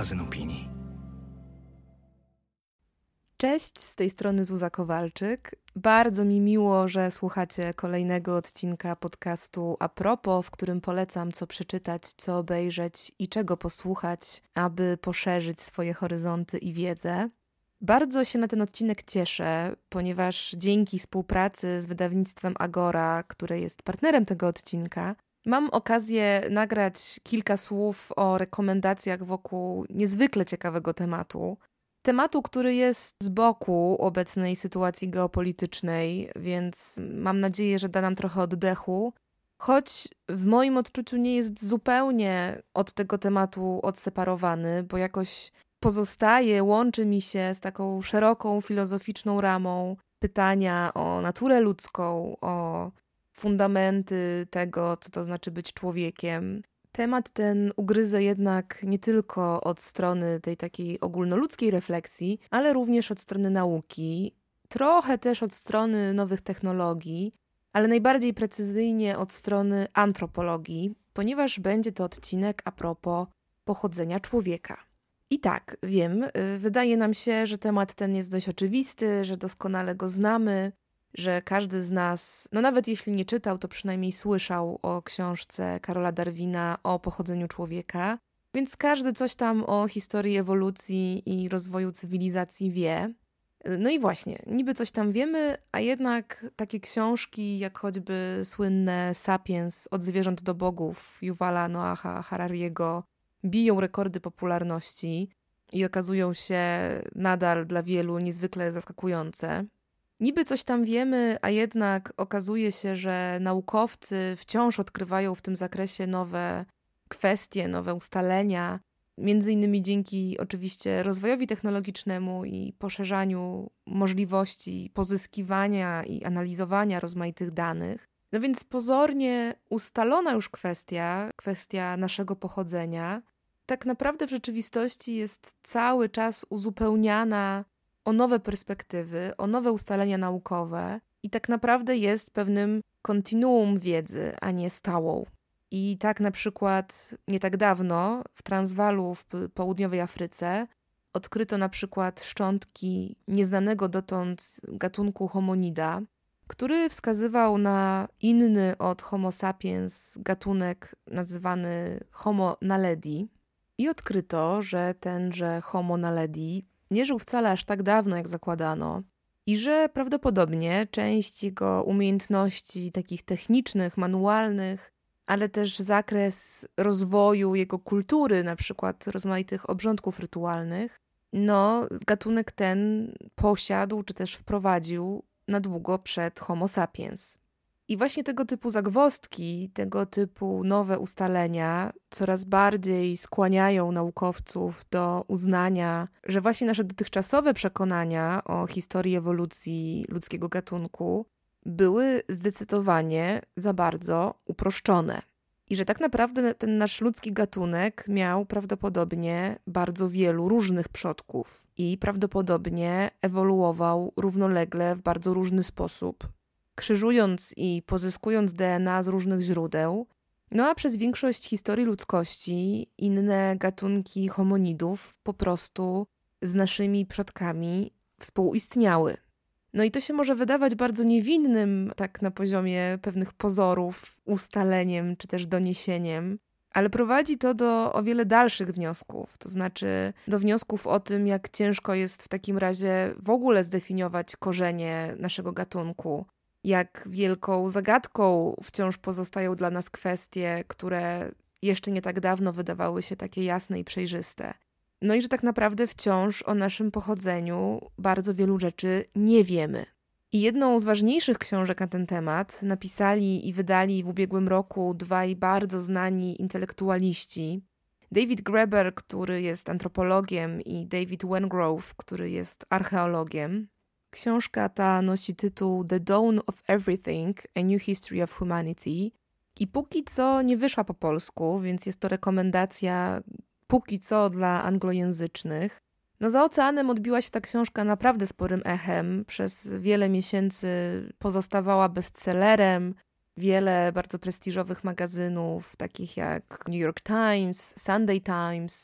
magazyn opinii. Cześć, z tej strony Zuza Kowalczyk. Bardzo mi miło, że słuchacie kolejnego odcinka podcastu A propos, w którym polecam co przeczytać, co obejrzeć i czego posłuchać, aby poszerzyć swoje horyzonty i wiedzę. Bardzo się na ten odcinek cieszę, ponieważ dzięki współpracy z wydawnictwem Agora, które jest partnerem tego odcinka, mam okazję nagrać kilka słów o rekomendacjach wokół niezwykle ciekawego tematu. Tematu, który jest z boku obecnej sytuacji geopolitycznej, więc mam nadzieję, że da nam trochę oddechu, choć w moim odczuciu nie jest zupełnie od tego tematu odseparowany, bo jakoś pozostaje, łączy mi się z taką szeroką, filozoficzną ramą pytania o naturę ludzką, o fundamenty tego, co to znaczy być człowiekiem. Temat ten ugryzę jednak nie tylko od strony tej takiej ogólnoludzkiej refleksji, ale również od strony nauki, trochę też od strony nowych technologii, ale najbardziej precyzyjnie od strony antropologii, ponieważ będzie to odcinek a propos pochodzenia człowieka. I tak, wiem, wydaje nam się, że temat ten jest dość oczywisty, że doskonale go znamy, że każdy z nas, nawet jeśli nie czytał, to przynajmniej słyszał o książce Karola Darwina o pochodzeniu człowieka, więc każdy coś tam o historii ewolucji i rozwoju cywilizacji wie. No i właśnie, niby coś tam wiemy, a jednak takie książki jak choćby słynne Sapiens, Od zwierząt do bogów Yuvala Noaha Harariego biją rekordy popularności i okazują się nadal dla wielu niezwykle zaskakujące. Niby coś tam wiemy, a jednak okazuje się, że naukowcy wciąż odkrywają w tym zakresie nowe kwestie, nowe ustalenia, między innymi dzięki oczywiście rozwojowi technologicznemu i poszerzaniu możliwości pozyskiwania i analizowania rozmaitych danych. No więc pozornie ustalona już kwestia naszego pochodzenia, tak naprawdę w rzeczywistości jest cały czas uzupełniana o nowe perspektywy, o nowe ustalenia naukowe i tak naprawdę jest pewnym kontinuum wiedzy, a nie stałą. I tak na przykład nie tak dawno w Transwaalu w południowej Afryce odkryto na przykład szczątki nieznanego dotąd gatunku homonida, który wskazywał na inny od Homo sapiens gatunek nazywany Homo naledi. I odkryto, że tenże Homo naledi nie żył wcale aż tak dawno, jak zakładano i że prawdopodobnie część jego umiejętności takich technicznych, manualnych, ale też zakres rozwoju jego kultury, na przykład rozmaitych obrządków rytualnych, gatunek ten posiadł czy też wprowadził na długo przed Homo sapiens. I właśnie tego typu zagwozdki, tego typu nowe ustalenia coraz bardziej skłaniają naukowców do uznania, że właśnie nasze dotychczasowe przekonania o historii ewolucji ludzkiego gatunku były zdecydowanie za bardzo uproszczone. I że tak naprawdę ten nasz ludzki gatunek miał prawdopodobnie bardzo wielu różnych przodków i prawdopodobnie ewoluował równolegle w bardzo różny sposób, krzyżując i pozyskując DNA z różnych źródeł, a przez większość historii ludzkości inne gatunki homonidów po prostu z naszymi przodkami współistniały. I to się może wydawać bardzo niewinnym, tak na poziomie pewnych pozorów, ustaleniem czy też doniesieniem, ale prowadzi to do o wiele dalszych wniosków, to znaczy do wniosków o tym, jak ciężko jest w takim razie w ogóle zdefiniować korzenie naszego gatunku, jak wielką zagadką wciąż pozostają dla nas kwestie, które jeszcze nie tak dawno wydawały się takie jasne i przejrzyste. I że tak naprawdę wciąż o naszym pochodzeniu bardzo wielu rzeczy nie wiemy. I jedną z ważniejszych książek na ten temat napisali i wydali w ubiegłym roku dwaj bardzo znani intelektualiści. David Graeber, który jest antropologiem, i David Wengrove, który jest archeologiem. Książka ta nosi tytuł The Dawn of Everything – A New History of Humanity i póki co nie wyszła po polsku, więc jest to rekomendacja póki co dla anglojęzycznych. Za oceanem odbiła się ta książka naprawdę sporym echem. Przez wiele miesięcy pozostawała bestsellerem. Wiele bardzo prestiżowych magazynów, takich jak New York Times, Sunday Times,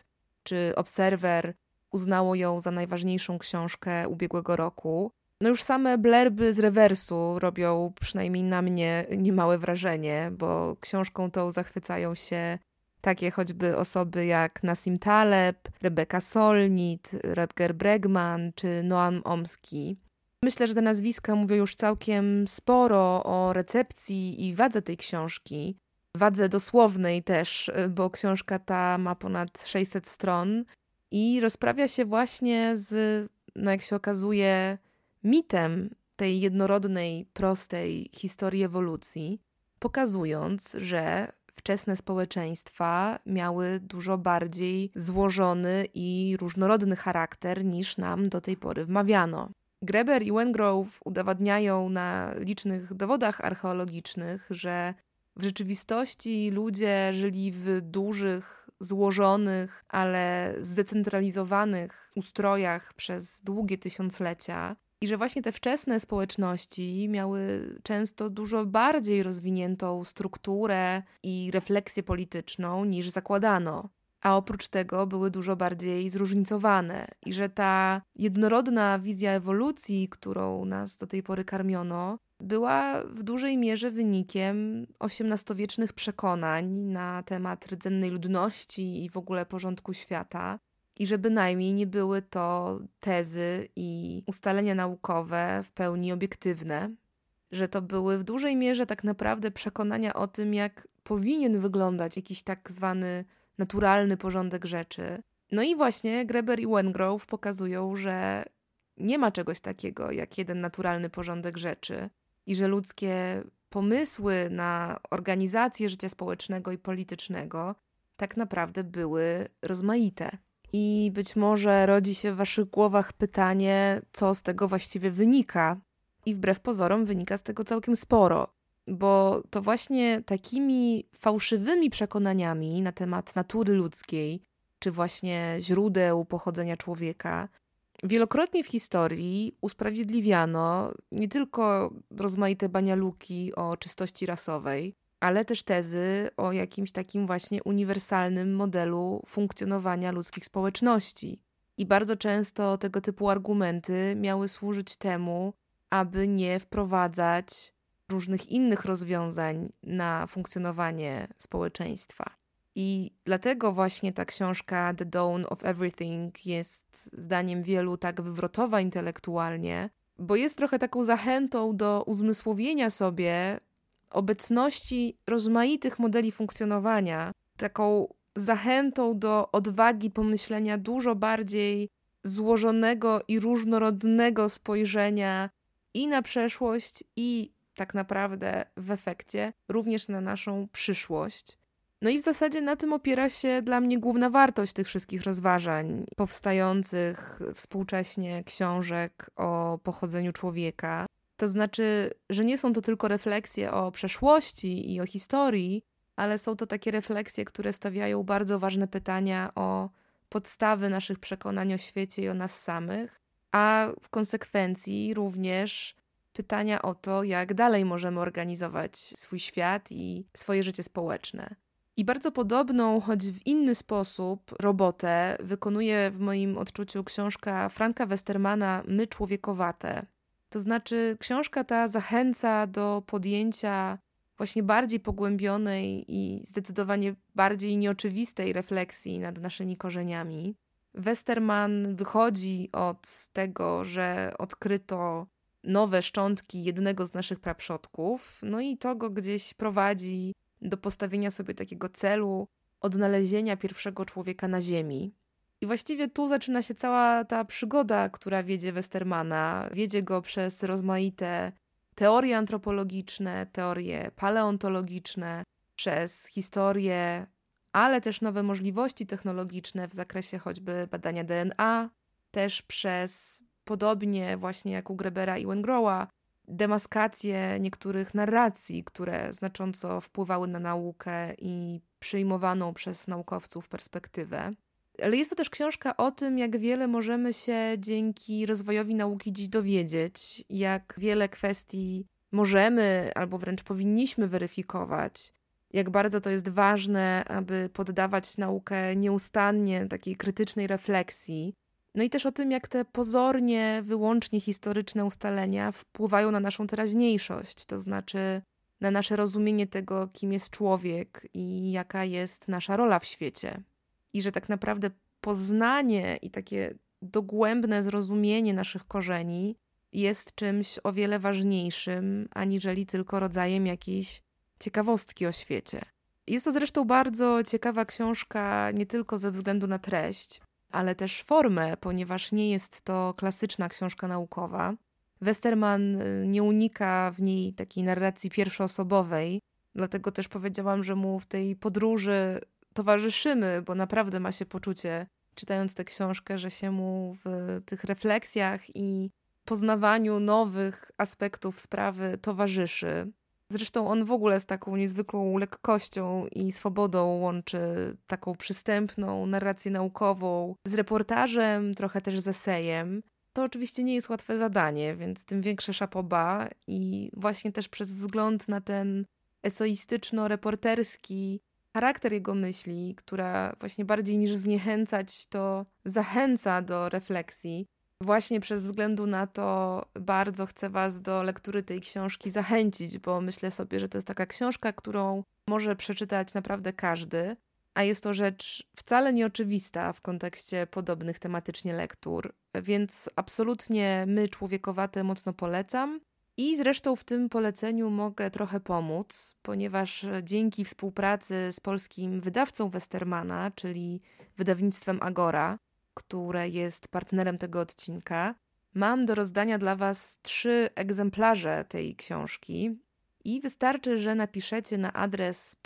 czy Observer uznało ją za najważniejszą książkę ubiegłego roku. No już same blerby z rewersu robią przynajmniej na mnie niemałe wrażenie, bo książką tą zachwycają się takie choćby osoby jak Nassim Taleb, Rebecca Solnit, Rutger Bregman czy Noam Chomsky. Myślę, że te nazwiska mówią już całkiem sporo o recepcji i wadze tej książki. Wadze dosłownej też, bo książka ta ma ponad 600 stron i rozprawia się właśnie z, jak się okazuje, mitem tej jednorodnej, prostej historii ewolucji, pokazując, że wczesne społeczeństwa miały dużo bardziej złożony i różnorodny charakter niż nam do tej pory wmawiano. Graeber i Wengrove udowadniają na licznych dowodach archeologicznych, że w rzeczywistości ludzie żyli w dużych, złożonych, ale zdecentralizowanych ustrojach przez długie tysiąclecia i że właśnie te wczesne społeczności miały często dużo bardziej rozwiniętą strukturę i refleksję polityczną niż zakładano. A oprócz tego były dużo bardziej zróżnicowane i że ta jednorodna wizja ewolucji, którą nas do tej pory karmiono, była w dużej mierze wynikiem XVIII-wiecznych przekonań na temat rdzennej ludności i w ogóle porządku świata i że bynajmniej nie były to tezy i ustalenia naukowe w pełni obiektywne, że to były w dużej mierze tak naprawdę przekonania o tym, jak powinien wyglądać jakiś tak zwany naturalny porządek rzeczy. No i właśnie Graeber i Wengrove pokazują, że nie ma czegoś takiego jak jeden naturalny porządek rzeczy i że ludzkie pomysły na organizację życia społecznego i politycznego tak naprawdę były rozmaite. I być może rodzi się w waszych głowach pytanie, co z tego właściwie wynika. I wbrew pozorom wynika z tego całkiem sporo. Bo to właśnie takimi fałszywymi przekonaniami na temat natury ludzkiej, czy właśnie źródeł pochodzenia człowieka, wielokrotnie w historii usprawiedliwiano nie tylko rozmaite banialuki o czystości rasowej, ale też tezy o jakimś takim właśnie uniwersalnym modelu funkcjonowania ludzkich społeczności. I bardzo często tego typu argumenty miały służyć temu, aby nie wprowadzać różnych innych rozwiązań na funkcjonowanie społeczeństwa. I dlatego właśnie ta książka The Dawn of Everything jest zdaniem wielu tak wywrotowa intelektualnie, bo jest trochę taką zachętą do uzmysłowienia sobie obecności rozmaitych modeli funkcjonowania, taką zachętą do odwagi pomyślenia dużo bardziej złożonego i różnorodnego spojrzenia i na przeszłość, i tak naprawdę w efekcie również na naszą przyszłość. No i w zasadzie na tym opiera się dla mnie główna wartość tych wszystkich rozważań powstających współcześnie książek o pochodzeniu człowieka. To znaczy, że nie są to tylko refleksje o przeszłości i o historii, ale są to takie refleksje, które stawiają bardzo ważne pytania o podstawy naszych przekonań o świecie i o nas samych, a w konsekwencji również pytania o to, jak dalej możemy organizować swój świat i swoje życie społeczne. I bardzo podobną, choć w inny sposób, robotę wykonuje w moim odczuciu książka Franka Westermana My człowiekowate. To znaczy książka ta zachęca do podjęcia właśnie bardziej pogłębionej i zdecydowanie bardziej nieoczywistej refleksji nad naszymi korzeniami. Westerman wychodzi od tego, że odkryto nowe szczątki jednego z naszych praprzodków, no i to go gdzieś prowadzi do postawienia sobie takiego celu odnalezienia pierwszego człowieka na Ziemi. I właściwie tu zaczyna się cała ta przygoda, która wiedzie Westermana. Wiedzie go przez rozmaite teorie antropologiczne, teorie paleontologiczne, przez historię, ale też nowe możliwości technologiczne w zakresie choćby badania DNA, też przez, podobnie właśnie jak u Graebera i Wengrowa, demaskację niektórych narracji, które znacząco wpływały na naukę i przyjmowaną przez naukowców perspektywę. Ale jest to też książka o tym, jak wiele możemy się dzięki rozwojowi nauki dziś dowiedzieć, jak wiele kwestii możemy albo wręcz powinniśmy weryfikować, jak bardzo to jest ważne, aby poddawać naukę nieustannie takiej krytycznej refleksji. No i też o tym, jak te pozornie, wyłącznie historyczne ustalenia wpływają na naszą teraźniejszość, to znaczy na nasze rozumienie tego, kim jest człowiek i jaka jest nasza rola w świecie. I że tak naprawdę poznanie i takie dogłębne zrozumienie naszych korzeni jest czymś o wiele ważniejszym, aniżeli tylko rodzajem jakiejś ciekawostki o świecie. Jest to zresztą bardzo ciekawa książka nie tylko ze względu na treść, ale też formę, ponieważ nie jest to klasyczna książka naukowa. Westermann nie unika w niej takiej narracji pierwszoosobowej, dlatego też powiedziałam, że mu w tej podróży towarzyszymy, bo naprawdę ma się poczucie, czytając tę książkę, że się mu w tych refleksjach i poznawaniu nowych aspektów sprawy towarzyszy. Zresztą on w ogóle z taką niezwykłą lekkością i swobodą łączy taką przystępną narrację naukową z reportażem, trochę też z esejem. To oczywiście nie jest łatwe zadanie, więc tym większe chapeau bas i właśnie też przez wzgląd na ten eseistyczno-reporterski charakter jego myśli, która właśnie bardziej niż zniechęcać, to zachęca do refleksji. Właśnie przez względu na to bardzo chcę was do lektury tej książki zachęcić, bo myślę sobie, że to jest taka książka, którą może przeczytać naprawdę każdy, a jest to rzecz wcale nieoczywista w kontekście podobnych tematycznie lektur, więc absolutnie My, człowiekowate, mocno polecam. I zresztą w tym poleceniu mogę trochę pomóc, ponieważ dzięki współpracy z polskim wydawcą Westermana, czyli wydawnictwem Agora, które jest partnerem tego odcinka, mam do rozdania dla was 3 egzemplarze tej książki i wystarczy, że napiszecie na adres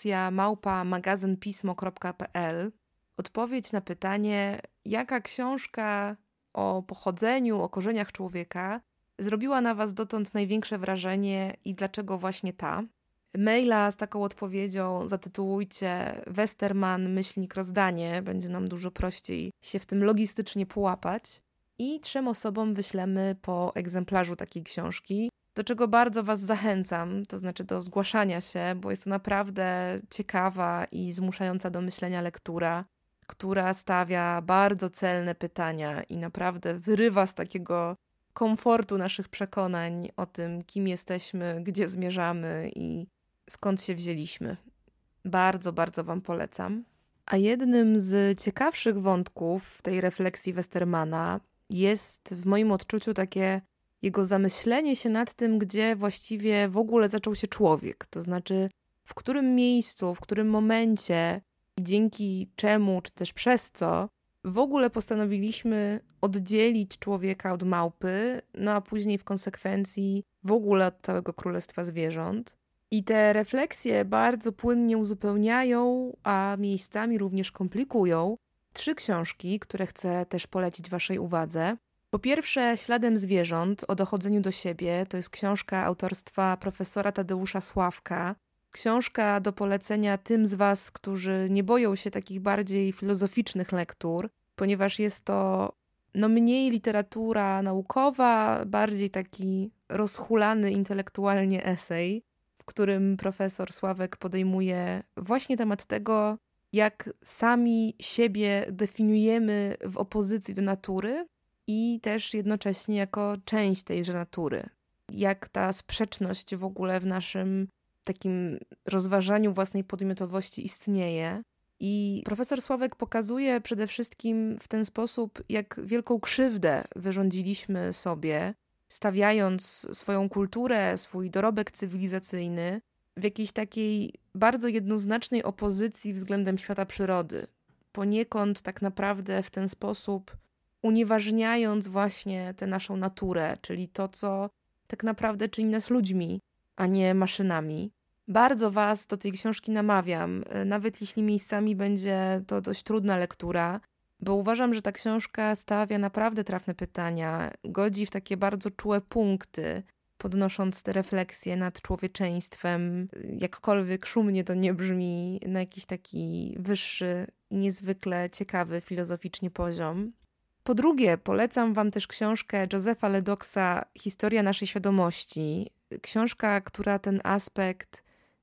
promocja@magazynpismo.pl odpowiedź na pytanie, jaka książka o pochodzeniu, o korzeniach człowieka zrobiła na was dotąd największe wrażenie i dlaczego właśnie ta. Maila z taką odpowiedzią zatytułujcie Westermann rozdanie, będzie nam dużo prościej się w tym logistycznie połapać. I 3 osobom wyślemy po egzemplarzu takiej książki, do czego bardzo was zachęcam, to znaczy do zgłaszania się, bo jest to naprawdę ciekawa i zmuszająca do myślenia lektura, która stawia bardzo celne pytania i naprawdę wyrywa z takiego komfortu naszych przekonań o tym, kim jesteśmy, gdzie zmierzamy i skąd się wzięliśmy. Bardzo, bardzo wam polecam. A jednym z ciekawszych wątków w tej refleksji Westermana jest w moim odczuciu takie jego zamyślenie się nad tym, gdzie właściwie w ogóle zaczął się człowiek. To znaczy, w którym miejscu, w którym momencie i dzięki czemu, czy też przez co w ogóle postanowiliśmy oddzielić człowieka od małpy, no a później w konsekwencji w ogóle od całego królestwa zwierząt. I te refleksje bardzo płynnie uzupełniają, a miejscami również komplikują 3 książki, które chcę też polecić waszej uwadze. Po pierwsze, Śladem zwierząt o dochodzeniu do siebie, to jest książka autorstwa profesora Tadeusza Sławka. Książka do polecenia tym z was, którzy nie boją się takich bardziej filozoficznych lektur, ponieważ jest to mniej literatura naukowa, bardziej taki rozhulany intelektualnie esej, w którym profesor Sławek podejmuje właśnie temat tego, jak sami siebie definiujemy w opozycji do natury i też jednocześnie jako część tejże natury. Jak ta sprzeczność w ogóle w naszym takim rozważaniu własnej podmiotowości istnieje. I profesor Sławek pokazuje przede wszystkim w ten sposób, jak wielką krzywdę wyrządziliśmy sobie, stawiając swoją kulturę, swój dorobek cywilizacyjny w jakiejś takiej bardzo jednoznacznej opozycji względem świata przyrody. Poniekąd tak naprawdę w ten sposób unieważniając właśnie tę naszą naturę, czyli to, co tak naprawdę czyni nas ludźmi, a nie maszynami. Bardzo was do tej książki namawiam, nawet jeśli miejscami będzie to dość trudna lektura, bo uważam, że ta książka stawia naprawdę trafne pytania, godzi w takie bardzo czułe punkty, podnosząc te refleksje nad człowieczeństwem, jakkolwiek szumnie to nie brzmi, na jakiś taki wyższy i niezwykle ciekawy filozoficznie poziom. Po drugie, polecam wam też książkę Josepha Ledoxa Historia naszej świadomości. Książka, która ten aspekt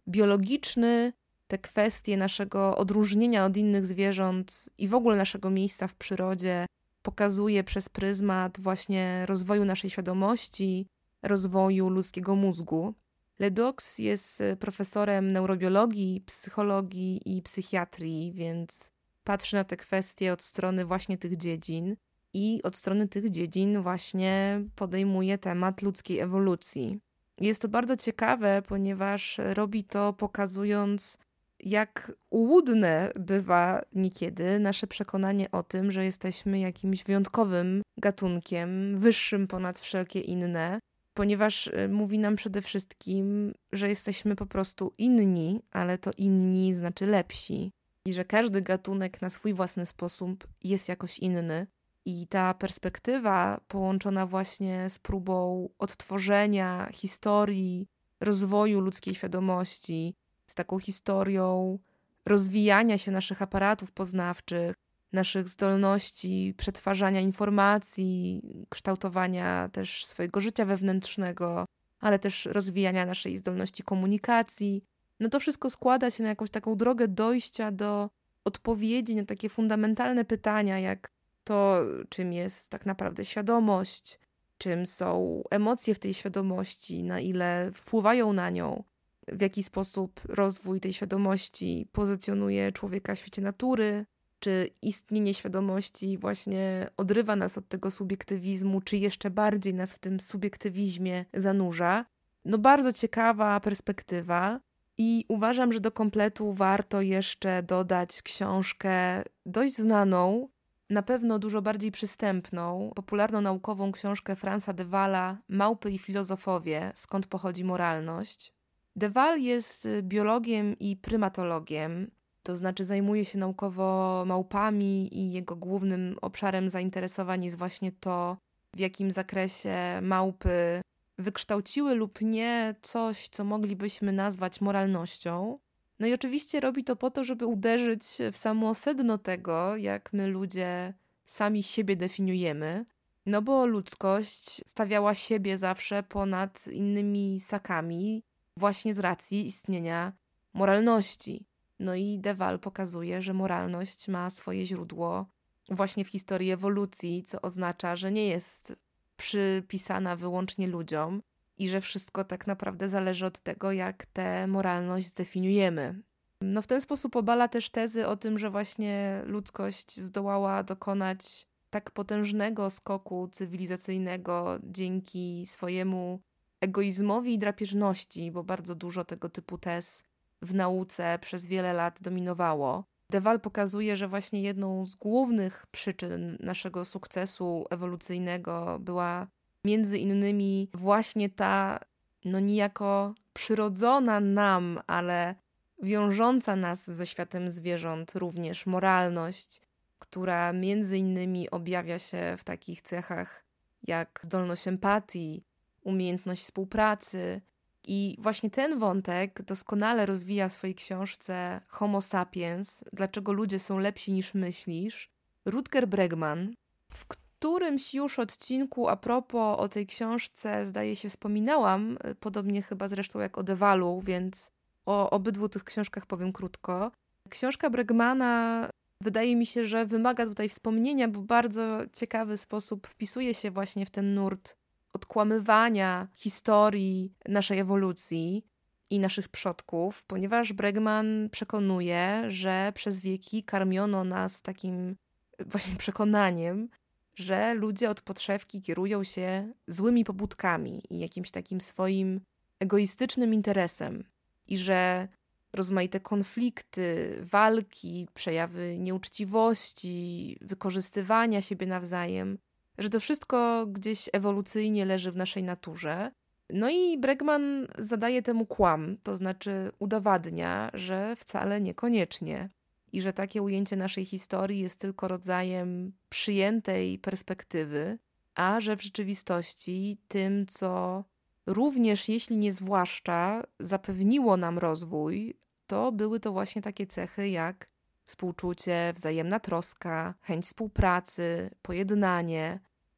biologiczny te kwestie naszego odróżnienia od innych zwierząt i w ogóle naszego miejsca w przyrodzie pokazuje przez pryzmat właśnie rozwoju naszej świadomości, rozwoju ludzkiego mózgu. Ledoux jest profesorem neurobiologii, psychologii i psychiatrii, więc patrzy na te kwestie od strony właśnie tych dziedzin i od strony tych dziedzin właśnie podejmuje temat ludzkiej ewolucji. Jest to bardzo ciekawe, ponieważ robi to pokazując, jak ułudne bywa niekiedy nasze przekonanie o tym, że jesteśmy jakimś wyjątkowym gatunkiem, wyższym ponad wszelkie inne, ponieważ mówi nam przede wszystkim, że jesteśmy po prostu inni, ale to inni znaczy lepsi i że każdy gatunek na swój własny sposób jest jakoś inny. I ta perspektywa połączona właśnie z próbą odtworzenia historii, rozwoju ludzkiej świadomości, z taką historią rozwijania się naszych aparatów poznawczych, naszych zdolności przetwarzania informacji, kształtowania też swojego życia wewnętrznego, ale też rozwijania naszej zdolności komunikacji. No to wszystko składa się na jakąś taką drogę dojścia do odpowiedzi na takie fundamentalne pytania, jak to, czym jest tak naprawdę świadomość, czym są emocje w tej świadomości, na ile wpływają na nią, w jaki sposób rozwój tej świadomości pozycjonuje człowieka w świecie natury, czy istnienie świadomości właśnie odrywa nas od tego subiektywizmu, czy jeszcze bardziej nas w tym subiektywizmie zanurza. No bardzo ciekawa perspektywa i uważam, że do kompletu warto jeszcze dodać książkę dość znaną, na pewno dużo bardziej przystępną, popularną naukową książkę Franza de Waala Małpy i filozofowie, skąd pochodzi moralność. De Waal jest biologiem i prymatologiem, to znaczy zajmuje się naukowo małpami i jego głównym obszarem zainteresowań jest właśnie to, w jakim zakresie małpy wykształciły lub nie coś, co moglibyśmy nazwać moralnością. No i oczywiście robi to po to, żeby uderzyć w samo sedno tego, jak my ludzie sami siebie definiujemy. No bo ludzkość stawiała siebie zawsze ponad innymi ssakami właśnie z racji istnienia moralności. No i de Waal pokazuje, że moralność ma swoje źródło właśnie w historii ewolucji, co oznacza, że nie jest przypisana wyłącznie ludziom i że wszystko tak naprawdę zależy od tego, jak tę moralność zdefiniujemy. No w ten sposób obala też tezy o tym, że właśnie ludzkość zdołała dokonać tak potężnego skoku cywilizacyjnego dzięki swojemu egoizmowi i drapieżności, bo bardzo dużo tego typu tez w nauce przez wiele lat dominowało. De Waal pokazuje, że właśnie jedną z głównych przyczyn naszego sukcesu ewolucyjnego była między innymi właśnie ta, no niejako przyrodzona nam, ale wiążąca nas ze światem zwierząt również moralność, która między innymi objawia się w takich cechach jak zdolność empatii, umiejętność współpracy. I właśnie ten wątek doskonale rozwija w swojej książce Homo sapiens, dlaczego ludzie są lepsi niż myślisz, Rutger Bregman. W którymś już odcinku a propos o tej książce, zdaje się, wspominałam, podobnie chyba zresztą jak o De Waalu, więc o obydwu tych książkach powiem krótko. Książka Bregmana wydaje mi się, że wymaga tutaj wspomnienia, bo w bardzo ciekawy sposób wpisuje się właśnie w ten nurt odkłamywania historii naszej ewolucji i naszych przodków, ponieważ Bregman przekonuje, że przez wieki karmiono nas takim właśnie przekonaniem, że ludzie od podszewki kierują się złymi pobudkami i jakimś takim swoim egoistycznym interesem i że rozmaite konflikty, walki, przejawy nieuczciwości, wykorzystywania siebie nawzajem, że to wszystko gdzieś ewolucyjnie leży w naszej naturze. No i Bregman zadaje temu kłam, to znaczy udowadnia, że wcale niekoniecznie i że takie ujęcie naszej historii jest tylko rodzajem przyjętej perspektywy, a że w rzeczywistości tym, co również, jeśli nie zwłaszcza, zapewniło nam rozwój, to były to właśnie takie cechy jak współczucie, wzajemna troska, chęć współpracy, pojednanie,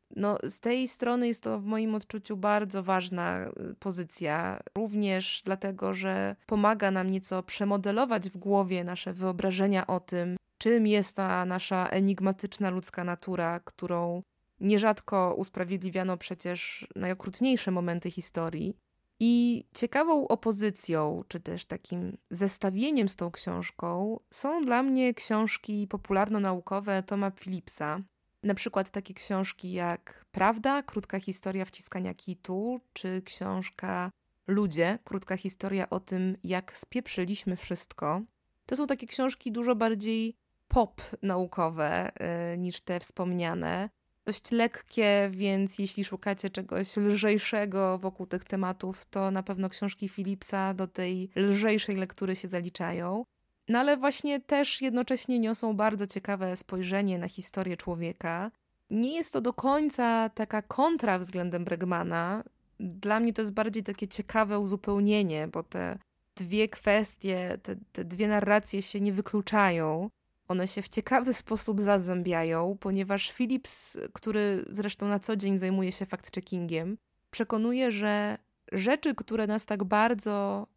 No, z tej strony jest to w moim odczuciu bardzo ważna pozycja, również dlatego, że pomaga nam nieco przemodelować w głowie nasze wyobrażenia o tym, czym jest ta nasza enigmatyczna ludzka natura, którą nierzadko usprawiedliwiano przecież najokrutniejsze momenty historii. I ciekawą opozycją, czy też takim zestawieniem z tą książką są dla mnie książki popularno-naukowe Toma Phillipsa. Na przykład takie książki jak Prawda, krótka historia wciskania kitu, czy książka Ludzie, krótka historia o tym, jak spieprzyliśmy wszystko. To są takie książki dużo bardziej pop naukowe niż te wspomniane. Dość lekkie, więc jeśli szukacie czegoś lżejszego wokół tych tematów, to na pewno książki Phillipsa do tej lżejszej lektury się zaliczają. No ale właśnie też jednocześnie niosą bardzo ciekawe spojrzenie na historię człowieka. Nie jest to do końca taka kontra względem Bregmana. Dla mnie to jest bardziej takie ciekawe uzupełnienie, bo te dwie kwestie, te dwie narracje się nie wykluczają. One się w ciekawy sposób zazębiają, ponieważ Phillips, który zresztą na co dzień zajmuje się fact-checkingiem, przekonuje, że rzeczy, które nas tak bardzo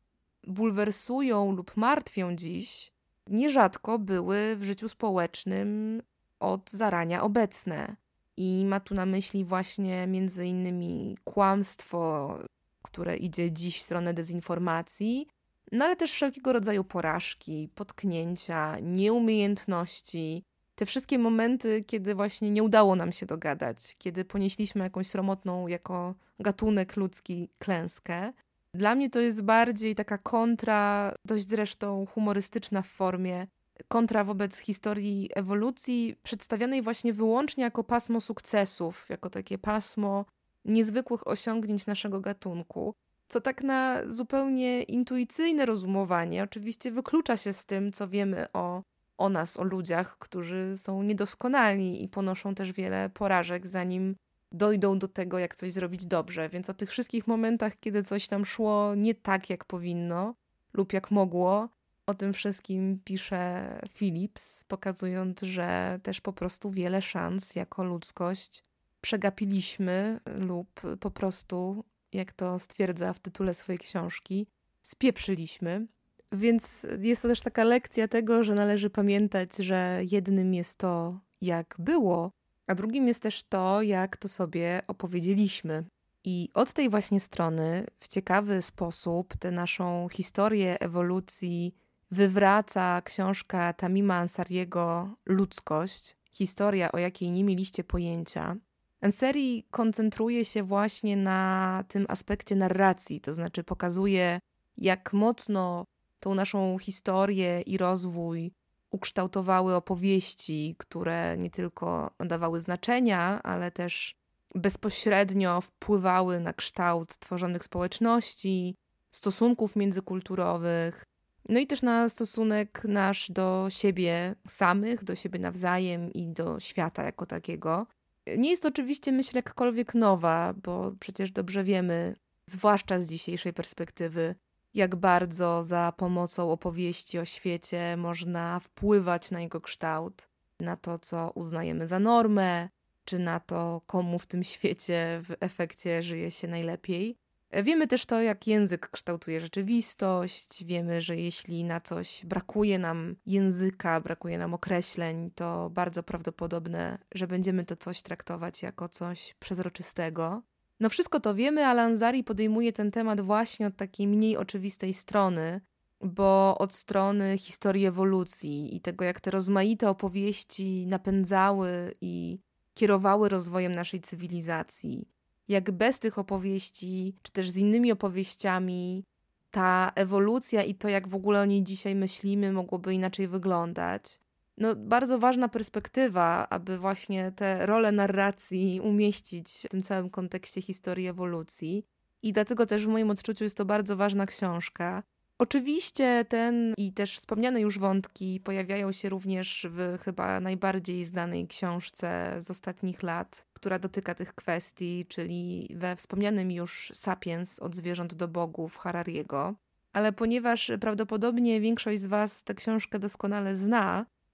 bulwersują lub martwią dziś, nierzadko były w życiu społecznym od zarania obecne. I ma tu na myśli właśnie między innymi kłamstwo, które idzie dziś w stronę dezinformacji, no ale też wszelkiego rodzaju porażki, potknięcia, nieumiejętności. Te wszystkie momenty, kiedy właśnie nie udało nam się dogadać, kiedy ponieśliśmy jakąś sromotną jako gatunek ludzki klęskę. Dla mnie to jest bardziej taka kontra, dość zresztą humorystyczna w formie, kontra wobec historii ewolucji, przedstawianej właśnie wyłącznie jako pasmo sukcesów, jako takie pasmo niezwykłych osiągnięć naszego gatunku, co tak na zupełnie intuicyjne rozumowanie oczywiście wyklucza się z tym, co wiemy o nas, o ludziach, którzy są niedoskonali i ponoszą też wiele porażek, zanim dojdą do tego, jak coś zrobić dobrze. Więc o tych wszystkich momentach, kiedy coś tam szło nie tak, jak powinno lub jak mogło, o tym wszystkim pisze Phillips, pokazując, że też po prostu wiele szans jako ludzkość przegapiliśmy lub po prostu, jak to stwierdza w tytule swojej książki, spieprzyliśmy. Więc jest to też taka lekcja tego, że należy pamiętać, że jednym jest to, jak było, a drugim jest też to, jak to sobie opowiedzieliśmy. I od tej właśnie strony w ciekawy sposób tę naszą historię ewolucji wywraca książka Tamima Ansariego Ludzkość, historia, o jakiej nie mieliście pojęcia. Ansari koncentruje się właśnie na tym aspekcie narracji, to znaczy pokazuje, jak mocno tą naszą historię i rozwój ukształtowały opowieści, które nie tylko nadawały znaczenia, ale też bezpośrednio wpływały na kształt tworzonych społeczności, stosunków międzykulturowych, no i też na stosunek nasz do siebie samych, do siebie nawzajem i do świata jako takiego. Nie jest to oczywiście myśl jakkolwiek nowa, bo przecież dobrze wiemy, zwłaszcza z dzisiejszej perspektywy, jak bardzo za pomocą opowieści o świecie można wpływać na jego kształt, na to, co uznajemy za normę, czy na to, komu w tym świecie w efekcie żyje się najlepiej. Wiemy też to, jak język kształtuje rzeczywistość. Wiemy, że jeśli na coś brakuje nam języka, brakuje nam określeń, to bardzo prawdopodobne, że będziemy to coś traktować jako coś przezroczystego. No wszystko to wiemy, ale Ansari podejmuje ten temat właśnie od takiej mniej oczywistej strony, bo od strony historii ewolucji i tego, jak te rozmaite opowieści napędzały i kierowały rozwojem naszej cywilizacji. Jak bez tych opowieści, czy też z innymi opowieściami, ta ewolucja i to, jak w ogóle o niej dzisiaj myślimy, mogłoby inaczej wyglądać. No, bardzo ważna perspektywa, aby właśnie te role narracji umieścić w tym całym kontekście historii ewolucji. I dlatego też w moim odczuciu jest to bardzo ważna książka. Oczywiście ten i też wspomniane już wątki pojawiają się również w chyba najbardziej znanej książce z ostatnich lat, która dotyka tych kwestii, czyli we wspomnianym już Sapiens od zwierząt do bogów Harariego. Ale ponieważ prawdopodobnie większość z Was tę książkę doskonale zna,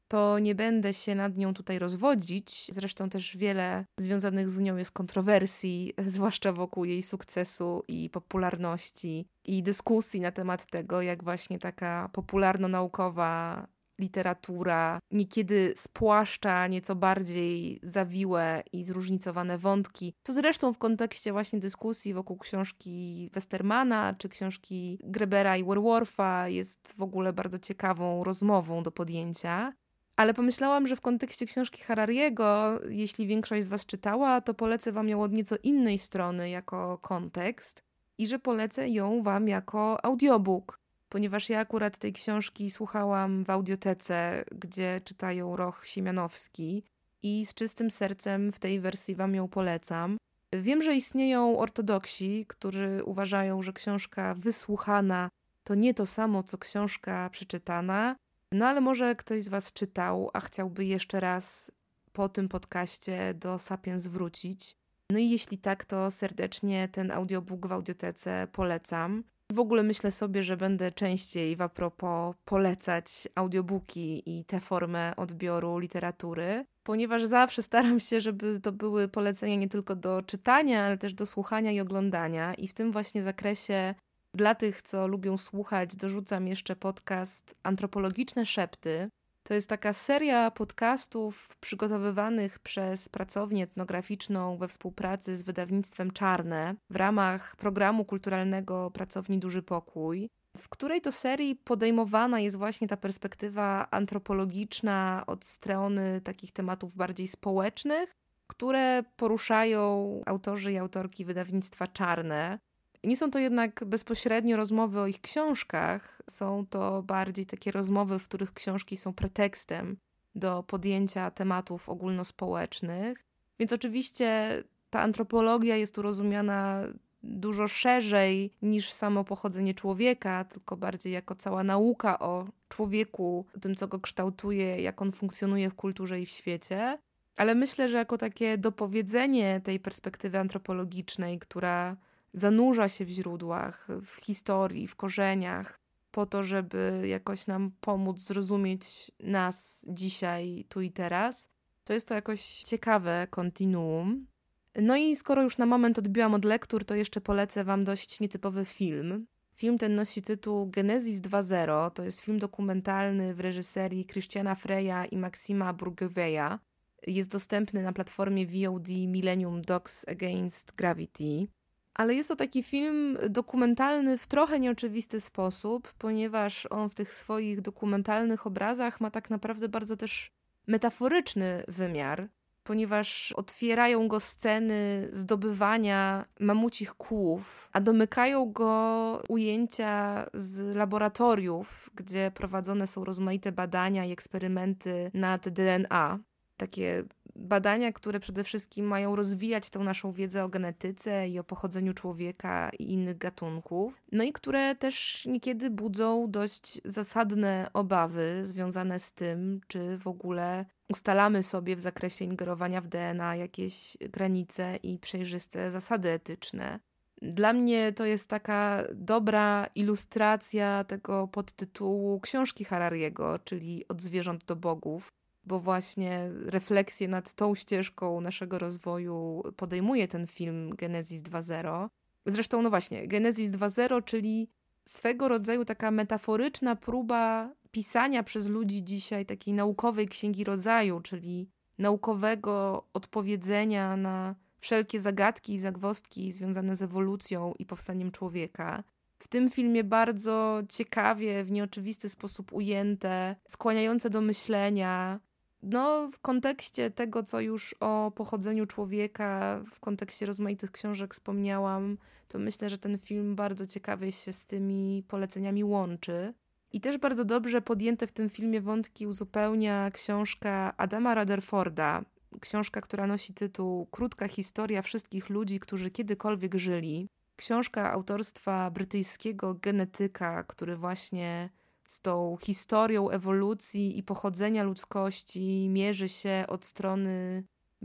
to nie będę się nad nią tutaj rozwodzić. Zresztą też wiele związanych z nią jest kontrowersji, zwłaszcza wokół jej sukcesu i popularności i dyskusji na temat tego, jak właśnie taka popularno-naukowa literatura niekiedy spłaszcza nieco bardziej zawiłe i zróżnicowane wątki, co zresztą w kontekście właśnie dyskusji wokół książki Westermana czy książki Grebera i Werworfa jest w ogóle bardzo ciekawą rozmową do podjęcia. Ale pomyślałam, że w kontekście książki Harariego, jeśli większość z was czytała, to polecę wam ją od nieco innej strony jako kontekst i że polecę ją wam jako audiobook, ponieważ ja akurat tej książki słuchałam w audiotece, gdzie czytają Roch Siemianowski i z czystym sercem w tej wersji wam ją polecam. Wiem, że istnieją ortodoksi, którzy uważają, że książka wysłuchana to nie to samo, co książka przeczytana. No ale może ktoś z was czytał, a chciałby jeszcze raz po tym podcaście do Sapiens wrócić. No i jeśli tak, to serdecznie ten audiobook w audiotece polecam. W ogóle myślę sobie, że będę częściej w apropos polecać audiobooki i tę formę odbioru literatury, ponieważ zawsze staram się, żeby to były polecenia nie tylko do czytania, ale też do słuchania i oglądania. I w tym właśnie zakresie dla tych, co lubią słuchać, dorzucam jeszcze podcast Antropologiczne Szepty. To jest taka seria podcastów przygotowywanych przez pracownię etnograficzną we współpracy z wydawnictwem Czarne w ramach programu kulturalnego Pracowni Duży Pokój, w której to serii podejmowana jest właśnie ta perspektywa antropologiczna od strony takich tematów bardziej społecznych, które poruszają autorzy i autorki wydawnictwa Czarne. Nie są to jednak bezpośrednio rozmowy o ich książkach, są to bardziej takie rozmowy, w których książki są pretekstem do podjęcia tematów ogólnospołecznych. Więc oczywiście ta antropologia jest tu rozumiana dużo szerzej niż samo pochodzenie człowieka, tylko bardziej jako cała nauka o człowieku, o tym, co go kształtuje, jak on funkcjonuje w kulturze i w świecie. Ale myślę, że jako takie dopowiedzenie tej perspektywy antropologicznej, która zanurza się w źródłach, w historii, w korzeniach, po to, żeby jakoś nam pomóc zrozumieć nas dzisiaj, tu i teraz, to jest to jakoś ciekawe kontinuum. No i skoro już na moment odbiłam od lektur, to jeszcze polecę wam dość nietypowy film. Film ten nosi tytuł Genesis 2.0. To jest film dokumentalny w reżyserii Christiana Freya i Maxima Burgeveya. Jest dostępny na platformie VOD Millennium Dogs Against Gravity. Ale jest to taki film dokumentalny w trochę nieoczywisty sposób, ponieważ on w tych swoich dokumentalnych obrazach ma tak naprawdę bardzo też metaforyczny wymiar, ponieważ otwierają go sceny zdobywania mamucich kłów, a domykają go ujęcia z laboratoriów, gdzie prowadzone są rozmaite badania i eksperymenty nad DNA. Takie badania, które przede wszystkim mają rozwijać tą naszą wiedzę o genetyce i o pochodzeniu człowieka i innych gatunków. No i które też niekiedy budzą dość zasadne obawy związane z tym, czy w ogóle ustalamy sobie w zakresie ingerowania w DNA jakieś granice i przejrzyste zasady etyczne. Dla mnie to jest taka dobra ilustracja tego podtytułu książki Harariego, czyli Od zwierząt do bogów, bo właśnie refleksję nad tą ścieżką naszego rozwoju podejmuje ten film Genesis 2.0. Zresztą, no właśnie, Genesis 2.0, czyli swego rodzaju taka metaforyczna próba pisania przez ludzi dzisiaj takiej naukowej księgi rodzaju, czyli naukowego odpowiedzenia na wszelkie zagadki i zagwozdki związane z ewolucją i powstaniem człowieka. W tym filmie bardzo ciekawie, w nieoczywisty sposób ujęte, skłaniające do myślenia. No, w kontekście tego, co już o pochodzeniu człowieka, w kontekście rozmaitych książek wspomniałam, to myślę, że ten film bardzo ciekawie się z tymi poleceniami łączy. I też bardzo dobrze podjęte w tym filmie wątki uzupełnia książka Adama Rutherforda. Książka, która nosi tytuł Krótka historia wszystkich ludzi, którzy kiedykolwiek żyli. Książka autorstwa brytyjskiego genetyka, który właśnie z tą historią ewolucji i pochodzenia ludzkości mierzy się od strony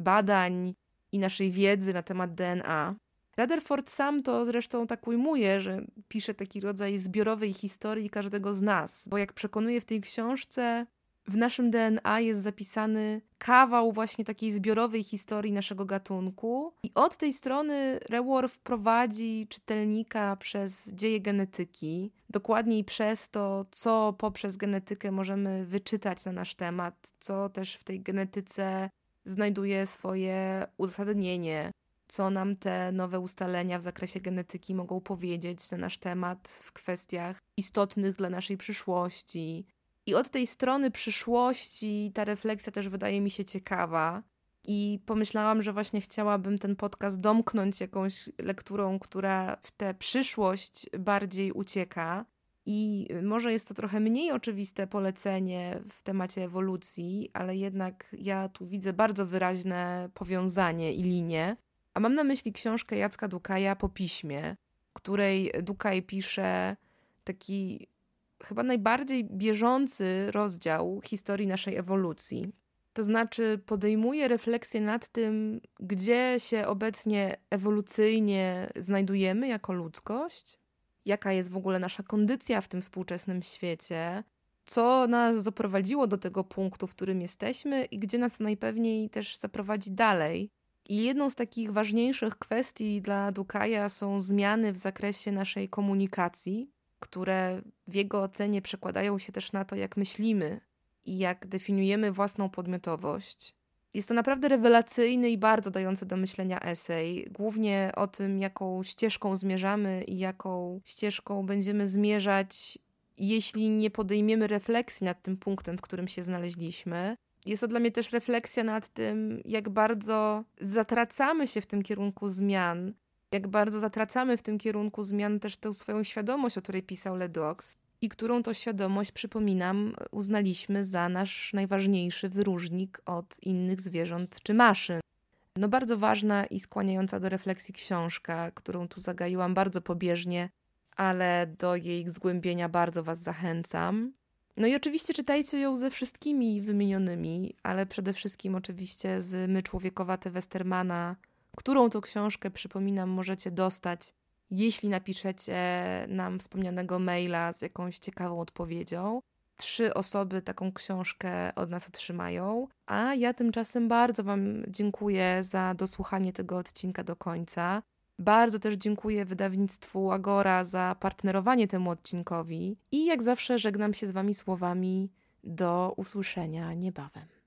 badań i naszej wiedzy na temat DNA. Rutherford sam to zresztą tak ujmuje, że pisze taki rodzaj zbiorowej historii każdego z nas, bo jak przekonuje w tej książce, W naszym DNA jest zapisany kawał właśnie takiej zbiorowej historii naszego gatunku i od tej strony Reworth prowadzi czytelnika przez dzieje genetyki, dokładniej przez to, co poprzez genetykę możemy wyczytać na nasz temat, co też w tej genetyce znajduje swoje uzasadnienie, co nam te nowe ustalenia w zakresie genetyki mogą powiedzieć na nasz temat w kwestiach istotnych dla naszej przyszłości. I od tej strony przyszłości ta refleksja też wydaje mi się ciekawa. I pomyślałam, że właśnie chciałabym ten podcast domknąć jakąś lekturą, która w tę przyszłość bardziej ucieka. I może jest to trochę mniej oczywiste polecenie w temacie ewolucji, ale jednak ja tu widzę bardzo wyraźne powiązanie i linie. A mam na myśli książkę Jacka Dukaja Po piśmie, w której Dukaj pisze taki chyba najbardziej bieżący rozdział historii naszej ewolucji. To znaczy podejmuje refleksję nad tym, gdzie się obecnie ewolucyjnie znajdujemy jako ludzkość, jaka jest w ogóle nasza kondycja w tym współczesnym świecie, co nas doprowadziło do tego punktu, w którym jesteśmy i gdzie nas najpewniej też zaprowadzi dalej. I jedną z takich ważniejszych kwestii dla Dukaja są zmiany w zakresie naszej komunikacji, które w jego ocenie przekładają się też na to, jak myślimy i jak definiujemy własną podmiotowość. Jest to naprawdę rewelacyjny i bardzo dający do myślenia esej, głównie o tym, jaką ścieżką zmierzamy i jaką ścieżką będziemy zmierzać, jeśli nie podejmiemy refleksji nad tym punktem, w którym się znaleźliśmy. Jest to dla mnie też refleksja nad tym, jak bardzo zatracamy się w tym kierunku zmian, jak bardzo zatracamy w tym kierunku zmian też tę swoją świadomość, o której pisał Ledoux i którą to świadomość, przypominam, uznaliśmy za nasz najważniejszy wyróżnik od innych zwierząt czy maszyn. No bardzo ważna i skłaniająca do refleksji książka, którą tu zagaiłam bardzo pobieżnie, ale do jej zgłębienia bardzo was zachęcam. No i oczywiście czytajcie ją ze wszystkimi wymienionymi, ale przede wszystkim oczywiście z My człowiekowate Westermana, którą to książkę, przypominam, możecie dostać, jeśli napiszecie nam wspomnianego maila z jakąś ciekawą odpowiedzią. 3 osoby taką książkę od nas otrzymają, a ja tymczasem bardzo wam dziękuję za dosłuchanie tego odcinka do końca. Bardzo też dziękuję wydawnictwu Agora za partnerowanie temu odcinkowi i jak zawsze żegnam się z wami słowami do usłyszenia niebawem.